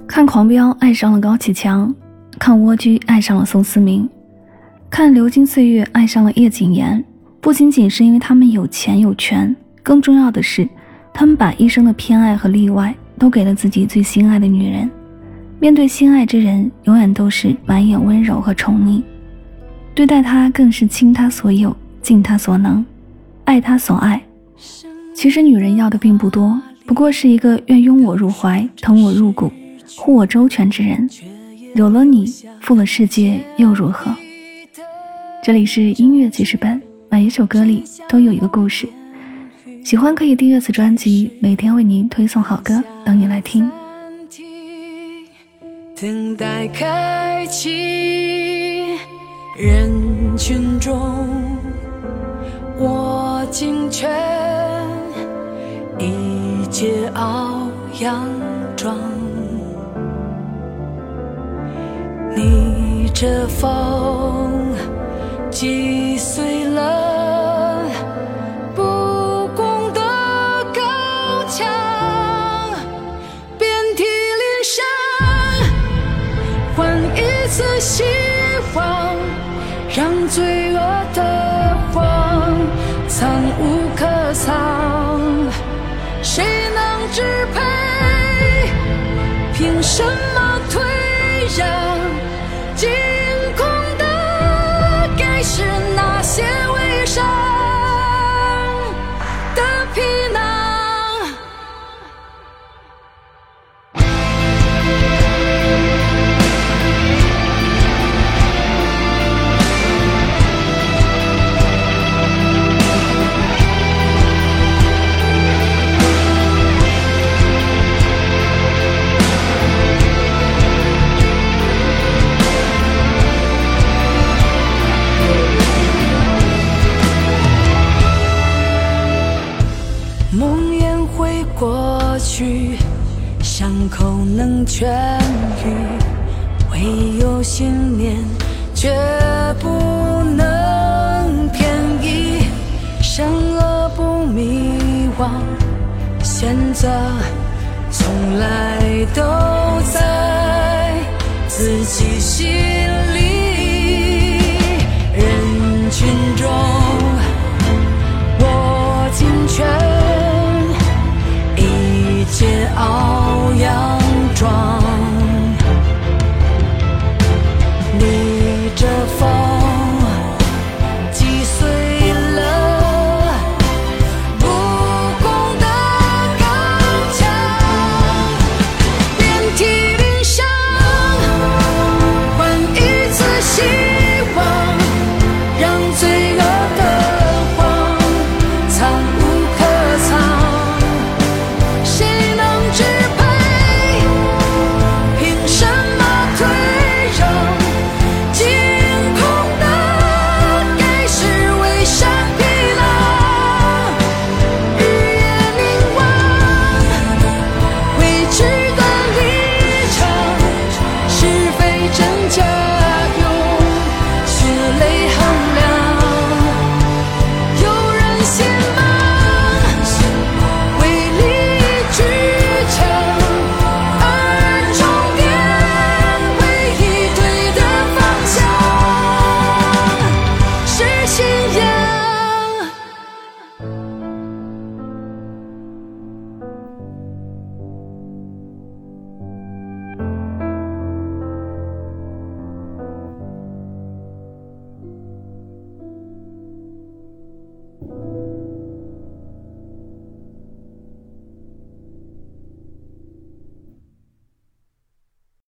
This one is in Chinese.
看狂飙爱上了高启强，看蜗居爱上了宋思明，看流金岁月爱上了叶谨言，不仅仅是因为他们有钱有权，更重要的是他们把一生的偏爱和例外都给了自己最心爱的女人。面对心爱之人，永远都是满眼温柔和宠溺，对待他更是倾他所有，尽他所能，爱他所爱。其实女人要的并不多，不过是一个愿拥我入怀，疼我入骨，护我周全之人。有了你，负了世界又如何？这里是音乐记事本，每一首歌里都有一个故事。喜欢可以订阅此专辑，每天为您推送好歌，等你来听。 等待开启，人群中我尽全一介傲佯装，逆着风击碎了不公的高墙，遍体鳞伤，换一次希望，让罪恶的谎藏无可藏，谁能支配？凭什么退让？惊恐的该是那些伪善的皮囊。梦魇会过去，伤口能痊愈，唯有信念绝不能偏移。善恶不迷惘，选择从来都在自己心里。人群中我尽全，一介傲佯装。